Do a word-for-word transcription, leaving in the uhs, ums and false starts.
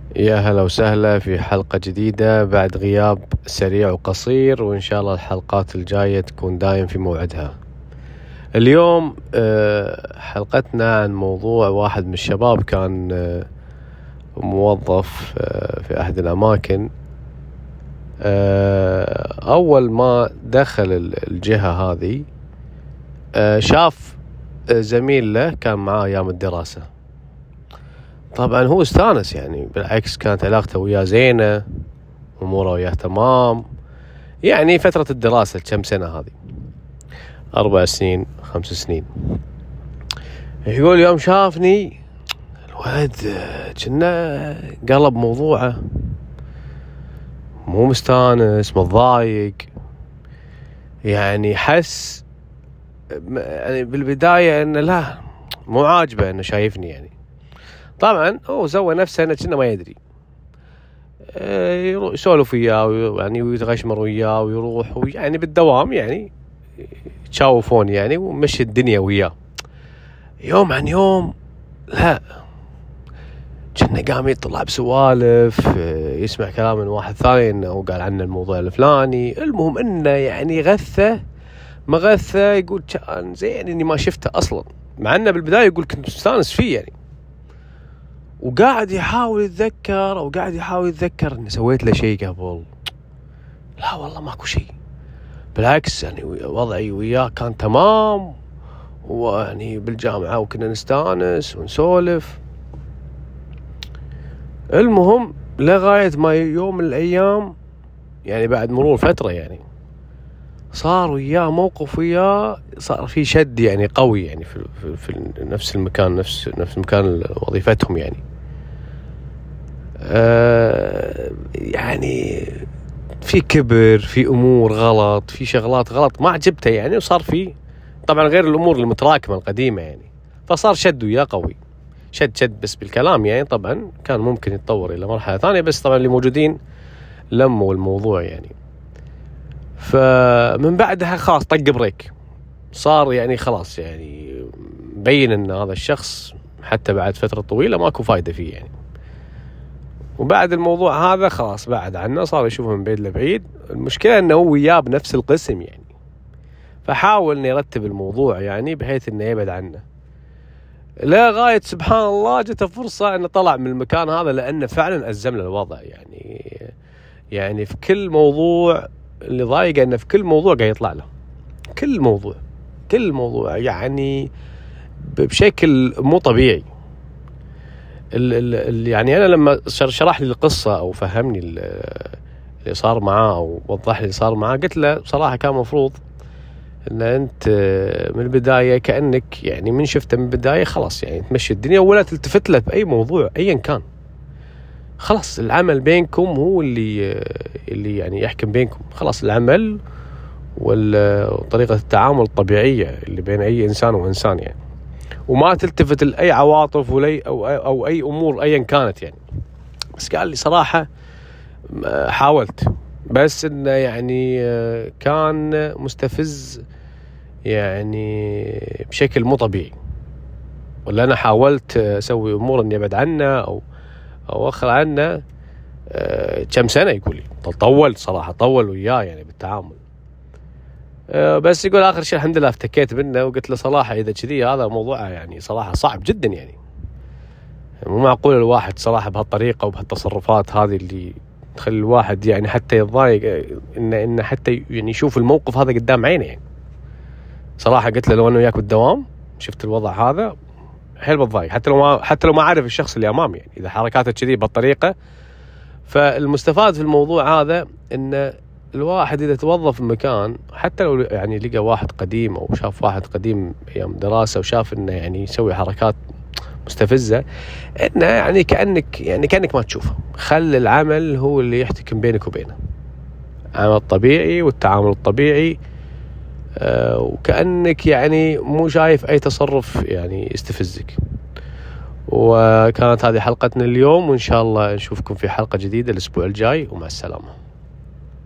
يا هلا وسهلا في حلقة جديدة بعد غياب سريع وقصير، وإن شاء الله الحلقات الجاية تكون دايم في موعدها. اليوم حلقتنا عن موضوع واحد من الشباب كان موظف في أحد الأماكن. أول ما دخل الجهة هذه شاف زميل له كان معاه أيام الدراسة. طبعا هو استانس، يعني بالعكس كانت علاقته وياه زينة، أموره وياه تمام. يعني فترة الدراسة كم سنة هذه، أربع سنين خمس سنين. يقول يوم شافني الولد كنا قلب موضوعه، مو مستانس، متضايق. يعني حس يعني بالبداية انه لا مو عاجبه انه شايفني. يعني طبعا هو سوى نفسه انه كنا ما يدري، يسولف وياه يعني ويتغشمر وياه ويروح، يعني بالدوام يعني يتشاوفون يعني ومشي الدنيا وياه. يوم عن يوم لا كنا قام يطلع بسوالف، يسمع كلام من واحد ثاني انه قال عنه الموضوع الفلاني. المهم انه يعني غثه ما غثه، يقول كان زين اني ما شفته اصلا، مع انه بالبدايه يقول كنت مستانس فيه يعني. وقاعد يحاول يتذكر او قاعد يحاول يتذكر اني سويت له شيء قبل. لا والله ماكو شيء، بالعكس يعني وضعي وياه كان تمام، ويعني بالجامعة وكنا نستانس ونسولف. المهم لغاية ما يوم من الأيام، يعني بعد مرور فترة، يعني صار وياه موقف وياه صار في شد يعني قوي، يعني في, في, في نفس المكان نفس نفس مكان وظيفتهم. يعني آه يعني في كبر، في أمور غلط، في شغلات غلط ما عجبته يعني، وصار في طبعا غير الأمور المتراكمة القديمة يعني. فصار شد وياه قوي، شد شد بس بالكلام يعني. طبعا كان ممكن يتطور إلى مرحلة ثانية، بس طبعا اللي موجودين لموا الموضوع يعني. فمن بعدها خلاص طق بريك، صار يعني خلاص يعني مبين ان هذا الشخص حتى بعد فترة طويلة ماكو فايدة فيه يعني. وبعد الموضوع هذا خلاص بعد عنه، صار يشوفه من بعيد لبعيد. المشكلة انه هو وياه بنفس القسم يعني، فحاول انه يرتب الموضوع يعني بحيث انه يبعد عنه. لا غاية سبحان الله جته فرصة انه طلع من المكان هذا، لانه فعلا أزم له الوضع يعني. يعني في كل موضوع اللي ضايقه انه في كل موضوع قاعد يطلع له، كل موضوع كل موضوع يعني بشكل مو طبيعي. ال ال يعني انا لما شرح لي القصة او فهمني اللي صار معاه او وضح لي اللي صار معاه، قلت له بصراحة كان مفروض ان انت من البداية كأنك يعني من شفته من البداية خلاص يعني تمشي الدنيا ولا تلتفت له بأي موضوع ايا كان. خلاص العمل بينكم هو اللي اللي يعني يحكم بينكم، خلاص العمل وطريقة التعامل الطبيعية اللي بين أي إنسان وإنسان يعني. وما تلتفت لأي عواطف ولي أو أو أي أمور أيا كانت يعني. بس قال لي صراحة حاولت، بس إنه يعني كان مستفز يعني بشكل مو طبيعي، ولا أنا حاولت أسوي أمور إني أبعد عنه أو أو أخر عنه أه كم سنة. يقول لي طول صراحة طول وياه يعني بالتعامل. أه بس يقول آخر شيء الحمد لله افتكيت منه، وقلت له صراحة إذا كذي هذا موضوع يعني صراحة صعب جدا يعني. مو معقول الواحد صراحة بهالطريقة وبهالتصرفات هذه اللي تخلي الواحد يعني حتى يتضايق إنه إنه حتى يعني يشوف الموقف هذا قدام عينه يعني. صراحة قلت له لو أنا وياك بالدوام شفت الوضع هذا حيل بتضايق، حتى لو ما حتى لو ما عارف الشخص اللي أمامي يعني، إذا حركاته كذي بالطريقة. فالمستفاد في الموضوع هذا إن الواحد إذا توظف في مكان، حتى لو يعني لقى واحد قديم أو شاف واحد قديم أيام دراسة وشاف إنه يعني يسوي حركات مستفزة، إنه يعني كأنك يعني كأنك ما تشوفه. خلي العمل هو اللي يحتكم بينك وبينه، العمل الطبيعي والتعامل الطبيعي. آه وكأنك يعني مو شايف أي تصرف يعني يستفزك. وكانت هذه حلقتنا اليوم، وإن شاء الله نشوفكم في حلقة جديدة الأسبوع الجاي، ومع السلامة.